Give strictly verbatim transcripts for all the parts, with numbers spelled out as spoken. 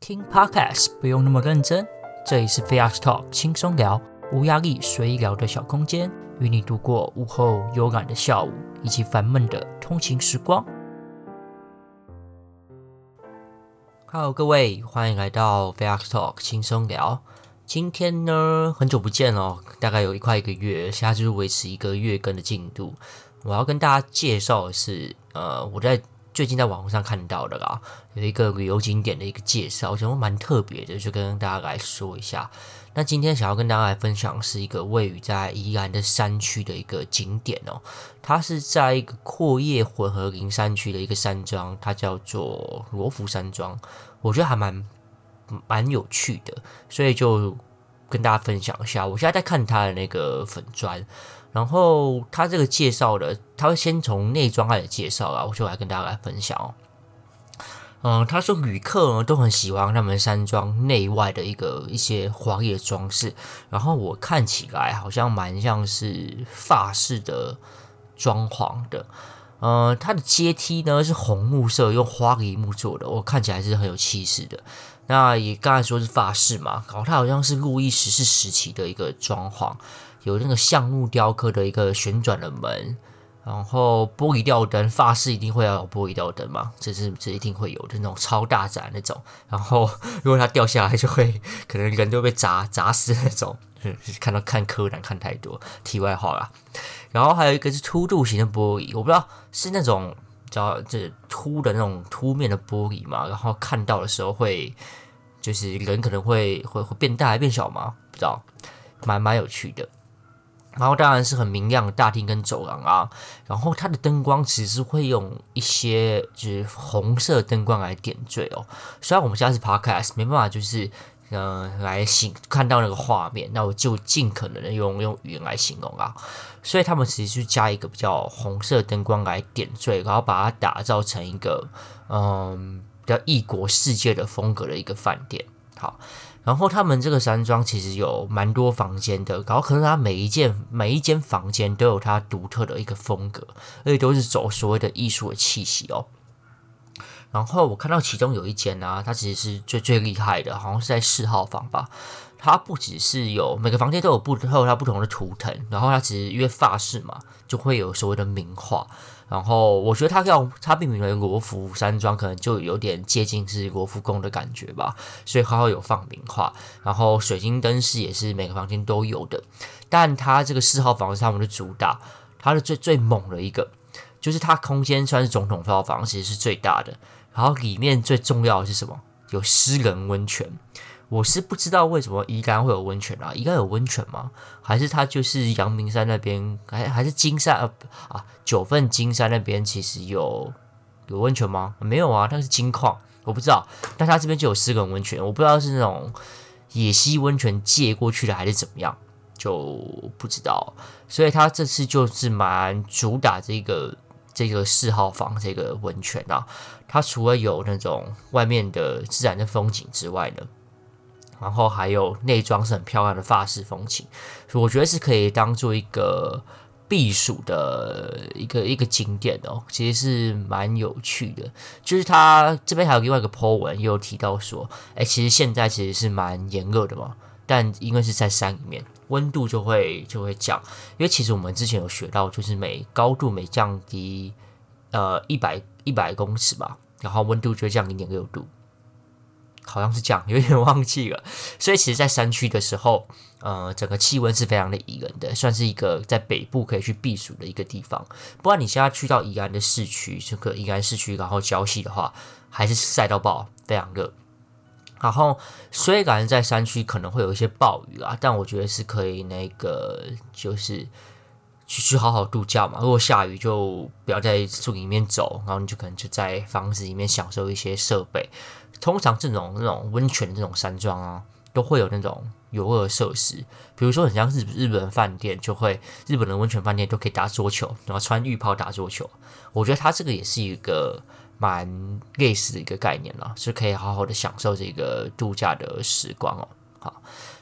听 Podcast 不用那么认真，这里是 V X Talk 轻松聊，无压力随意聊的小空间，与你度过午后悠然的下午以及烦闷的通勤时光。Hello， 各位，欢迎来到 V X Talk 轻松聊。今天呢，很久不见哦，大概有一快一个月，现在就是维持一个月更的进度。我要跟大家介绍的是，呃，我在最近在网络上看到的啦，有一个旅游景点的一个介绍，我觉得蛮特别的，就跟大家来说一下。那今天想要跟大家来分享的是一个位于在宜兰的山区的一个景点哦，它是在一个阔叶混合林山区的一个山庄，它叫做罗浮山庄，我觉得还蛮蛮有趣的，所以就跟大家分享一下。我现在在看它的那个粉专。然后他这个介绍的，他会先从内装开始介绍啊，我就来跟大家来分享哦。嗯，他说旅客呢都很喜欢他们山庄内外的一个一些华丽的装饰，然后我看起来好像蛮像是法式的装潢的。呃，它的阶梯呢是红木色，用花梨木做的，我看起来是很有气势的。那也刚才说是法式嘛，然后它好像是路易十四时期的一个装潢。有那个橡木雕刻的一个旋转的门，然后玻璃吊灯，法式一定会要有玻璃吊灯嘛，这是这一定会有的那种超大盏那种，然后如果它掉下来就会可能人都被砸砸死那种，看到看柯南看太多，题外话啦。然后还有一个是凸度型的玻璃，我不知道是那种叫这凸的那种凸面的玻璃嘛，然后看到的时候会就是人可能会会会变大还变小吗？不知道，蛮蛮有趣的。然后当然是很明亮的大厅跟走廊啊，然后它的灯光其实是会用一些就是红色灯光来点缀哦。虽然我们现在是 podcast， 没办法就是呃来形看到那个画面，那我就尽可能的用用语言来形容啊。所以他们其实是加一个比较红色灯光来点缀，然后把它打造成一个嗯比较异国世界的风格的一个饭店。好。然后他们这个山庄其实有蛮多房间的，然后可能它每一间每一间房间都有它独特的一个风格，而且都是走所谓的艺术的气息哦。然后我看到其中有一间啊，它其实是最最厉害的，好像是在四号房吧。它不只是有每个房间都有不都有它不同的图腾，然后它其实因为法式嘛，就会有所谓的名画。然后我觉得它要它命名为罗浮山庄，可能就有点接近是罗浮宫的感觉吧，所以它会有放名画，然后水晶灯饰也是每个房间都有的。但它这个四号房是他们的主打，它的最最猛的一个，就是它空间算是总统套房，其实是最大的。然后里面最重要的是什么？有私人温泉。我是不知道为什么宜兰会有温泉啊？宜兰有温泉吗？还是它就是阳明山那边，还还是金山啊啊九份金山那边其实有有温泉吗？没有啊，那是金矿，我不知道。但它这边就有私人温泉，我不知道是那种野溪温泉借过去的还是怎么样，就不知道。所以它这次就是蛮主打这个这个四号房这个温泉啊，它除了有那种外面的自然的风景之外呢。然后还有内装是很漂亮的法式风情，所以我觉得是可以当做一个避暑的一个一个景点哦，其实是蛮有趣的。就是它这边还有另外一个 po 文，也有提到说，哎，其实现在其实是蛮炎热的嘛，但因为是在山里面，温度就会就会降，因为其实我们之前有学到，就是每高度每降低呃一百一百公尺吧，然后温度就会降零点六度。好像是这样，有点忘记了。所以其实，在山区的时候，呃，整个气温是非常的宜人的，算是一个在北部可以去避暑的一个地方。不然你现在去到宜兰的市区，这个宜兰市区，然后礁溪的话，还是晒到爆，非常热。然后虽然在山区可能会有一些暴雨啦，但我觉得是可以那个就是去去好好度假嘛。如果下雨就不要在树里面走，然后你就可能就在房子里面享受一些设备。通常这种那种温泉的这种山庄啊，都会有那种游乐设施，比如说很像日日本饭店，就会日本的温泉饭店都可以打桌球，然后穿浴袍打桌球。我觉得它这个也是一个蛮类似的一个概念啦，是可以好好的享受这个度假的时光哦。好，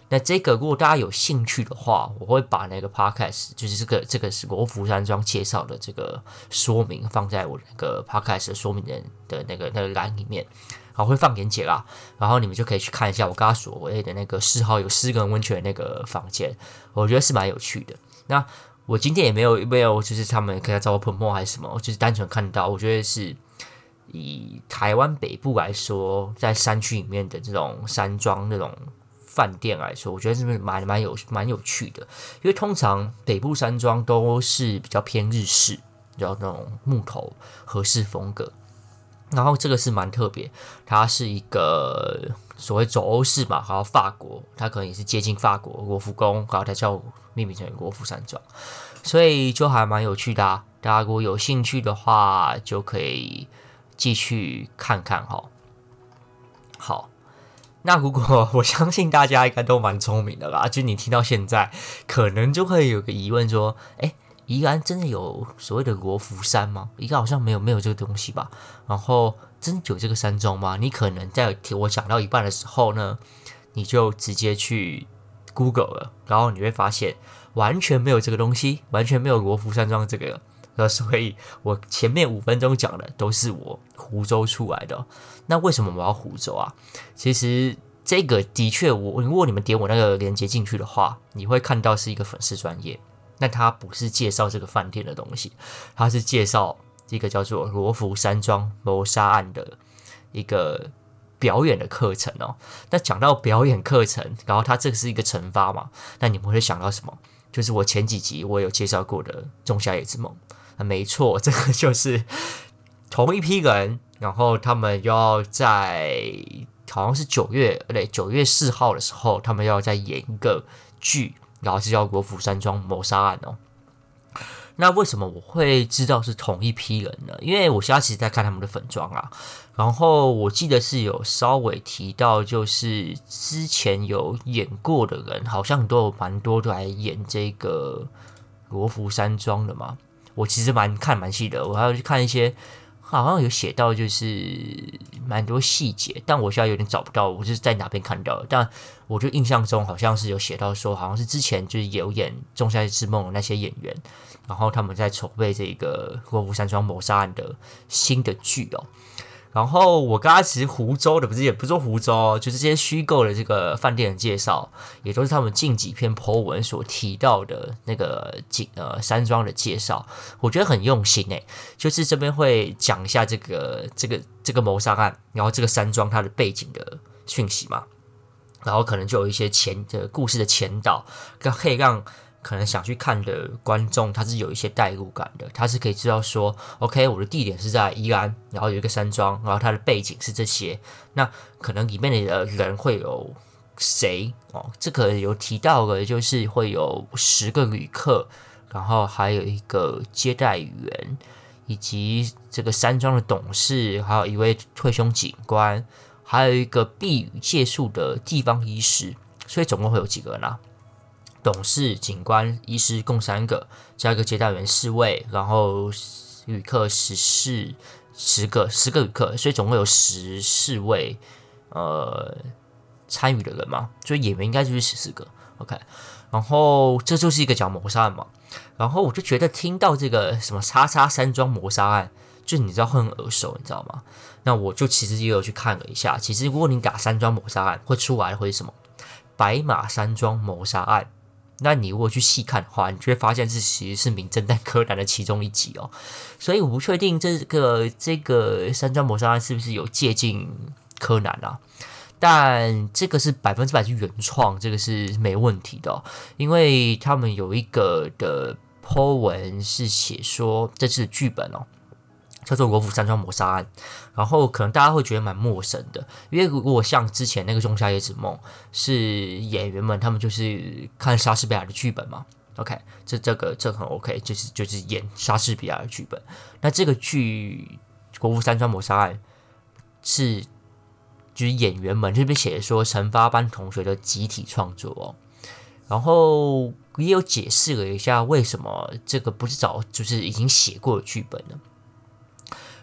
那这个如果大家有兴趣的话，我会把那个 podcast 就是这个这个是罗浮山庄介绍的这个说明放在我那个 podcast 的说明的的那个那个栏里面，然后会放链接啦，然后你们就可以去看一下我刚刚所谓的那个四号有四个人温泉的那个房间，我觉得是蛮有趣的。那我今天也没有没有就是他们可以找我 promo 还是什么，就是单纯看到，我觉得是以台湾北部来说，在山区里面的这种山庄那种饭店来说，我觉得是蛮蛮有蛮有趣的，因为通常北部山庄都是比较偏日式，然后那种木头和式风格，然后这个是蛮特别，它是一个所谓走欧式嘛，然后法国，它可能也是接近法国罗浮宫，然后它叫命名成罗浮山庄，所以就还蛮有趣的啊。大家如果有兴趣的话，就可以继续看看哈。好。那如果我相信大家应该都蛮聪明的啦，就你听到现在，可能就会有个疑问说，哎，宜兰真的有所谓的罗浮山吗？宜兰好像没有没有这个东西吧？然后真的有这个山庄吗？你可能在我讲到一半的时候呢，你就直接去 Google 了，然后你会发现完全没有这个东西，完全没有罗浮山庄这个。所以我前面五分钟讲的都是我胡诌出来的、哦。那为什么我要胡诌啊？其实这个的确，我如果你们点我那个链接进去的话，你会看到是一个粉丝专页，那它不是介绍这个饭店的东西，它是介绍一个叫做罗浮山庄谋杀案的一个表演的课程哦。那讲到表演课程，然后它这个是一个惩罚嘛，那你们会想到什么？就是我前几集我有介绍过的《仲夏夜之梦》。没错，这个就是同一批人，然后他们要在好像是九月，对，九月四号的时候，他们要再演一个剧，然后是叫《罗浮山庄谋杀案》哦。那为什么我会知道是同一批人呢？因为我现在其实在看他们的粉妆啊，然后我记得是有稍微提到，就是之前有演过的人，好像都有蛮多都来演这个罗浮山庄的嘛。我其实蛮看蛮细的，我还要去看一些，好像有写到就是蛮多细节，但我现在有点找不到，我就是在哪边看到的。但我就印象中好像是有写到说，好像是之前就是有演《仲夏夜之梦》的那些演员，然后他们在筹备这个罗浮山庄谋杀案的新的剧哦。然后我刚刚其实湖州的不是也不是说湖州，就是这些虚构的这个饭店的介绍，也都是他们近几篇 po 文所提到的那个景呃山庄的介绍，我觉得很用心诶。就是这边会讲一下这个这个这个谋杀案，然后这个山庄它的背景的讯息嘛，然后可能就有一些前的故事的前导，可以让可能想去看的观众，他是有一些代入感的，他是可以知道说 ，OK， 我的地点是在宜兰，然后有一个山庄，然后它的背景是这些，那可能里面的人会有谁哦？这个有提到的，就是会有十个旅客，然后还有一个接待员，以及这个山庄的董事，还有一位退休警官，还有一个避雨借宿的地方医师，所以总共会有几个人啊？董事、警官、医师共三个，加一个接待员四位，然后旅客十四十个十个旅客，所以总共有十四位呃参与的人嘛，所以演员应该就是十四个。OK， 然后这就是一个讲谋杀案嘛，然后我就觉得听到这个什么叉叉山庄谋杀案，就你知道会很耳熟，你知道吗？那我就其实也有去看了一下，其实如果你打山庄谋杀案，会出来会是什么？白马山庄谋杀案。那你如果去细看的话，你就会发现这其实是名侦探柯南的其中一集哦。所以我不确定这个这个山庄谋杀案是不是有借鉴柯南啊？但这个是百分之百是原创，这个是没问题的、哦，因为他们有一个的 po 文是写说这次的剧本哦。叫做罗浮山庄谋杀案，然后可能大家会觉得蛮陌生的，因为如果像之前那个《仲夏夜之梦》，是演员们他们就是看莎士比亚的剧本嘛 ，OK， 这这个这很 OK， 就是就是演莎士比亚的剧本。那这个剧《罗浮山庄谋杀案》是就是演员们这边写的说惩罚班同学的集体创作哦，然后也有解释了一下为什么这个不是早就是已经写过的剧本呢？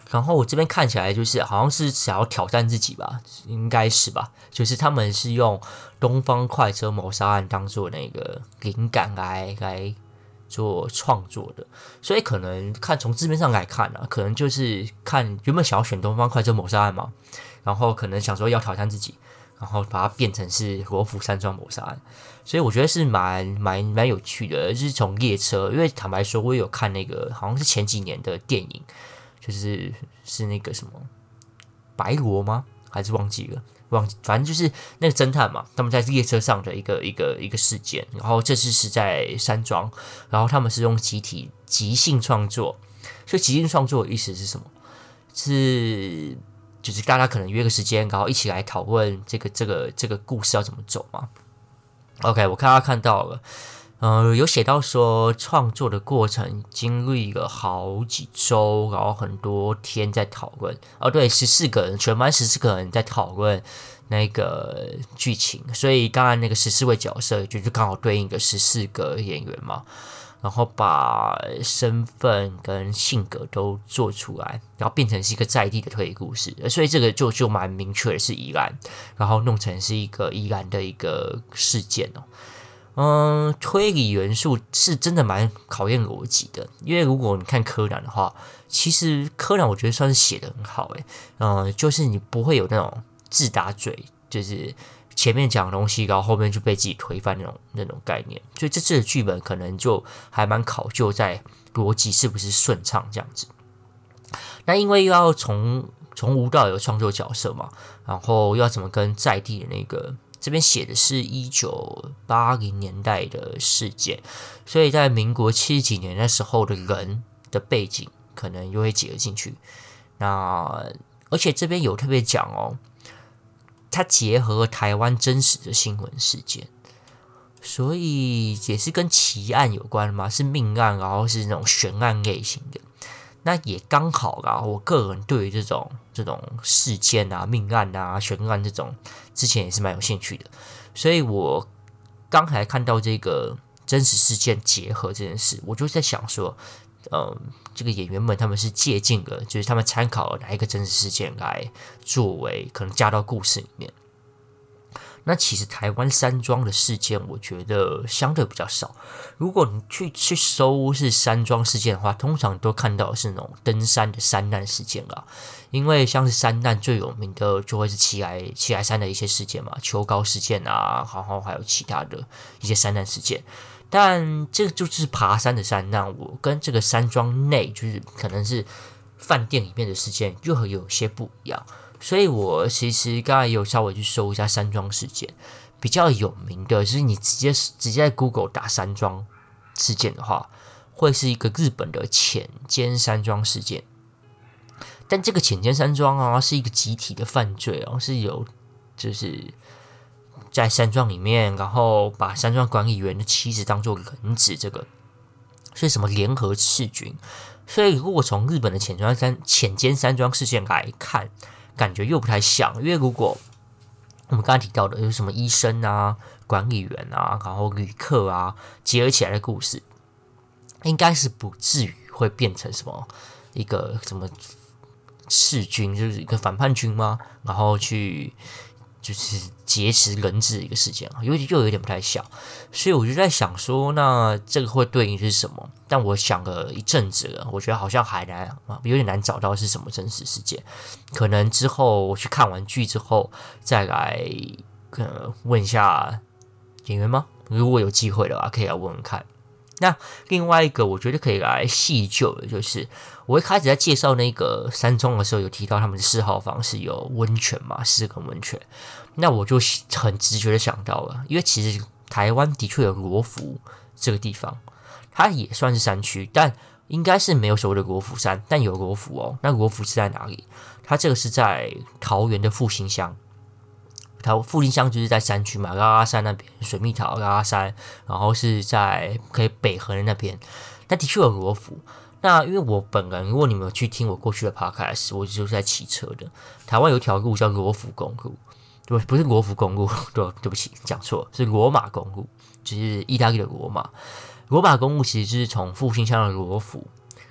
然后我这边看起来就是好像是想要挑战自己吧，应该是吧？就是他们是用东方快车谋杀案当做那个灵感来来做创作的，所以可能看从字面上来看啊，可能就是看原本想要选东方快车谋杀案嘛，然后可能想说要挑战自己，然后把它变成是罗浮山庄谋杀案，所以我觉得是蛮蛮蛮有趣的，就是从列车，因为坦白说，我也有看那个好像是前几年的电影。就是是那个什么白罗吗？还是忘记了？忘记，反正就是那个侦探嘛，他们在列车上的一个一个一个事件。然后这次是在山庄，然后他们是用集体即兴创作。所以即兴创作的意思是什么？是就是大家可能约个时间，然后一起来讨论这个这个这个故事要怎么走嘛。OK， 我看他看到了。呃，有写到说创作的过程经历了好几周，然后很多天在讨论。哦，对，十四个人，全班十四个人在讨论那个剧情，所以刚才那个十四位角色就就刚好对应的十四个演员嘛，然后把身份跟性格都做出来，然后变成是一个在地的推理故事，所以这个就就蛮明确的是宜兰，然后弄成是一个宜兰的一个事件哦。嗯，推理元素是真的蛮考验逻辑的，因为如果你看柯南的话，其实柯南我觉得算是写得很好诶，嗯，就是你不会有那种自打嘴，就是前面讲的东西，然后后面就被自己推翻那种那种概念，所以这次的剧本可能就还蛮考究在逻辑是不是顺畅这样子。那因为又要从从无到有创作角色嘛，然后又要怎么跟在地的那个。这边写的是一九八零年代的事件，所以在民国七十几年那时候的人的背景可能又会结合进去。那而且这边有特别讲哦，它结合台湾真实的新闻事件，所以也是跟奇案有关嘛，是命案，然后是那种悬案类型的。那也刚好啦，我个人对于这种这种事件啊、命案啊、悬案这种，之前也是蛮有兴趣的，所以我刚才看到这个真实事件结合这件事，我就在想说，呃，这个演员们他们是借鉴了，就是他们参考了哪一个真实事件来作为可能加到故事里面。那其实台湾山庄的事件，我觉得相对比较少。如果你去去搜是山庄事件的话，通常都看到的是那种登山的山难事件啦。因为像是山难最有名的就会是奇来奇来山的一些事件嘛，秋高事件啊，然后还有其他的一些山难事件。但这个就是爬山的山难，我跟这个山庄内就是可能是饭店里面的事件又有些不一样。所以我其实刚才有稍微去搜一下山庄事件，比较有名的就是你直接直接在 Google 打山庄事件的话，会是一个日本的浅间山庄事件。但这个浅间山庄啊，是一个集体的犯罪哦，是有就是在山庄里面，然后把山庄管理员的妻子当作人质，这个所以什么联合赤军。所以如果从日本的浅间山浅间山庄事件来看，感觉又不太像，因为如果我们刚才提到的有什么医生啊、管理员啊，然后旅客啊结合起来的故事，应该是不至于会变成什么一个什么赤军，就是一个反叛军吗？然后去就是劫持人质的一个事件啊，有又有点不太像，所以我就在想说，那这个会对应是什么？但我想了一阵子了，我觉得好像还难，有点难找到是什么真实事件。可能之后我去看完剧之后，再来呃问一下演员吗？如果有机会的话，可以来问问看。那另外一个我觉得可以来细究的就是，我一开始在介绍那个山庄的时候，有提到他们的四号房是有温泉嘛，四个温泉。那我就很直觉的想到了，因为其实台湾的确有罗浮这个地方，它也算是山区，但应该是没有所谓的罗浮山，但有罗浮哦。那罗浮是在哪里？它这个是在桃园的复兴乡。它复兴乡就是在山区嘛，拉拉山那边，水蜜桃拉拉山，然后是在可以北横的那边。那的确有罗浮。那因为我本人，如果你们有去听我过去的 podcast， 我就是在骑车的。台湾有一条路叫罗浮公路，对，不是罗浮公路，对，对不起，讲错，是罗马公路，就是意大利的罗马。罗马公路其实就是从复兴乡的罗浮，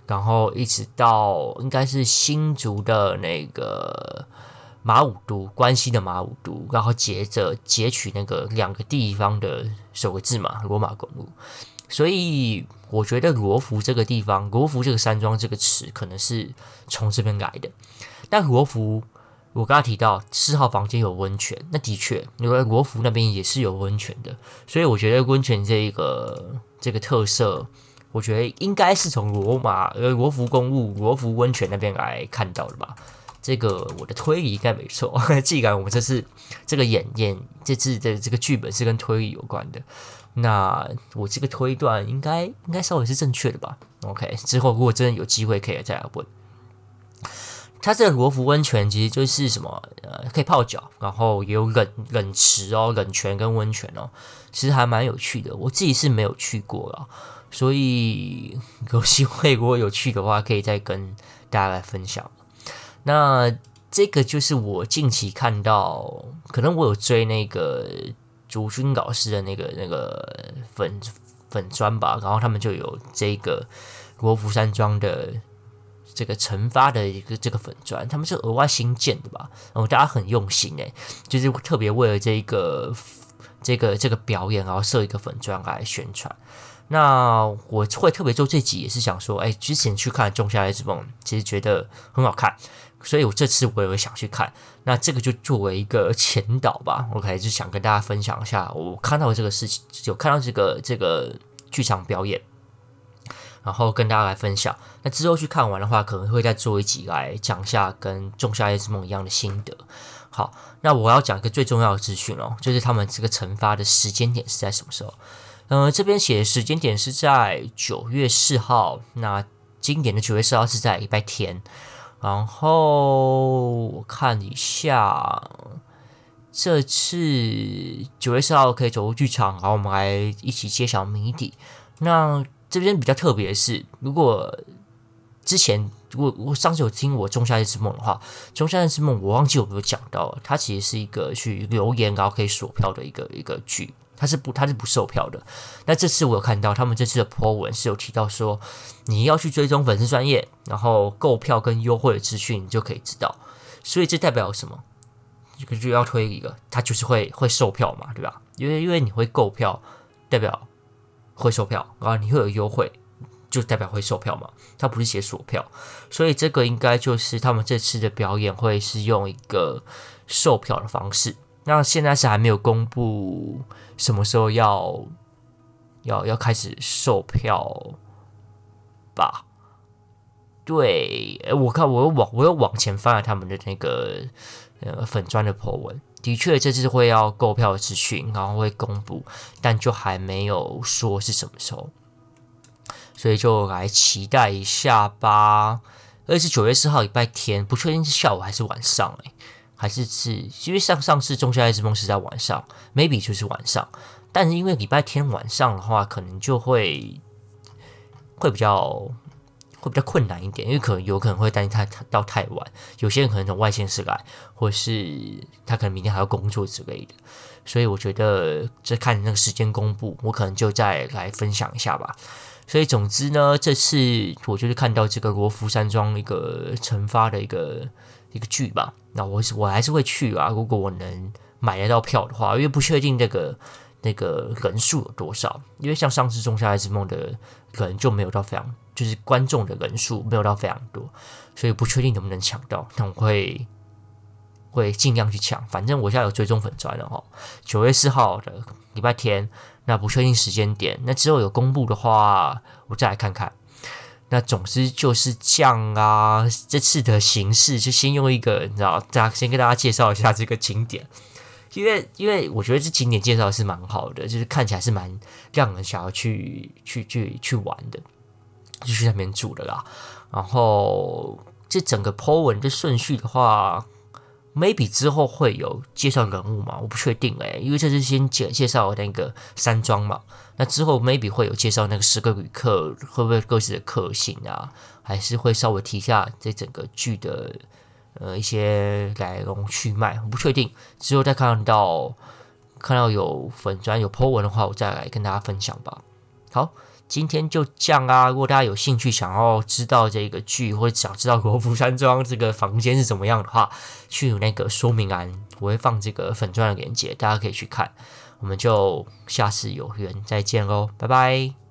然后一直到应该是新竹的那个马武都，关西的马武都，然后接着截取那个两个地方的首个字嘛，罗马公路。所以我觉得罗浮这个地方，罗浮这个山庄这个词可能是从这边来的。但罗浮，我刚刚提到四号房间有温泉，那的确，因为罗浮那边也是有温泉的，所以我觉得温泉这一个这个特色。我觉得应该是从罗马呃罗浮公路、罗浮温泉那边来看到的吧。这个我的推理应该没错。既然我们这次这个演演这次的这个剧本是跟推理有关的，那我这个推断应该应该稍微是正确的吧。OK， 之后如果真的有机会可以再来问。它这个罗浮温泉其实就是什么呃，可以泡脚，然后也有冷冷池哦、冷泉跟温泉哦，其实还蛮有趣的。我自己是没有去过啦。所以有机会如果有去的话，可以再跟大家来分享。那这个就是我近期看到，可能我有追那个竹君老师的那个那个粉粉专吧，然后他们就有这个罗浮山庄的这个成发的一个这个粉专，他们是额外新建的吧？然后大家很用心诶，就是特别为了这个这个这个表演，然后设一个粉专来宣传。那我会特别做这集，也是想说，哎、欸，之前去看《仲夏夜之梦》，其实觉得很好看，所以我这次我也会想去看。那这个就作为一个前导吧 ，OK， 就想跟大家分享一下我看到这个事情，有看到这个这个剧场表演，然后跟大家来分享。那之后去看完的话，可能会再做一集来讲一下跟《仲夏夜之梦》一样的心得。好，那我要讲一个最重要的资讯哦，就是他们这个惩罚的时间点是在什么时候？呃，这边写的时间点是在九月四号，那今年的九月四号是在礼拜天。然后我看一下，这次九月四号可以走入剧场，然后我们来一起揭晓谜底。那这边比较特别的是，如果之前如果我上次有听我《仲夏夜之梦》的话，《仲夏夜之梦》我忘记有没有讲到了，它其实是一个去留言然后可以锁票的一个一个剧。它是不，它是不售票的。那这次我有看到他们这次的 po 文是有提到说，你要去追踪粉丝专页，然后购票跟优惠的资讯你就可以知道。所以这代表什么？这个就要推一个，它就是会会售票嘛，对吧？因为因为你会购票，代表会售票，然后你会有优惠，就代表会售票嘛。它不是写锁票，所以这个应该就是他们这次的表演会是用一个售票的方式。那现在是还没有公布什么时候要要要开始售票吧？对，我看我有往我有往前翻了他们的那个呃粉专的 po 文，的确这次会要购票的资讯，然后会公布，但就还没有说是什么时候，所以就来期待一下吧。而且是九月四号礼拜天，不确定是下午还是晚上哎、欸。还是是，因为上上次《仲夏夜之梦》是在晚上 ，maybe 就是晚上，但是因为礼拜天晚上的话，可能就会会比较会比较困难一点，因为可能有可能会担心他到太晚，有些人可能从外县市来，或是他可能明天还要工作之类的，所以我觉得这看那个时间公布，我可能就再来分享一下吧。所以总之呢，这次我就是看到这个罗浮山庄一个惩罚的一个一个剧吧，那我我还是会去啊，如果我能买得到票的话，因为不确定那个那个人数有多少，因为像上次《仲夏夜之梦》的人就没有到非常，就是观众的人数没有到非常多，所以不确定能不能抢到，那我会会尽量去抢，反正我现在有追踪粉专了哈，九月四号的礼拜天。那不确定时间点，那之后有公布的话，我再来看看。那总之就是这样啊。这次的形式就先用一个，你知道，大家先跟大家介绍一下这个景点，因为因为我觉得这景点介绍是蛮好的，就是看起来是蛮让人想要去去去去玩的，就去那边住的啦。然后这整个 po 文的顺序的话。maybe 之后会有介绍人物嘛？我不确定诶、欸，因为这是先介介绍那个山庄嘛。那之后 maybe 会有介绍那个十个旅客会不会各自的个性啊？还是会稍微提一下这整个剧的呃一些来龙去脉？我不确定。之后再看到看到有粉专有 po 文的话，我再来跟大家分享吧。好， 今天就这样啊。如果大家有兴趣想要知道这个剧，或者想知道罗浮山庄这个房间是怎么样的话，去那个说明栏我会放这个粉专的链接，大家可以去看。我们就下次有缘再见喽，拜拜。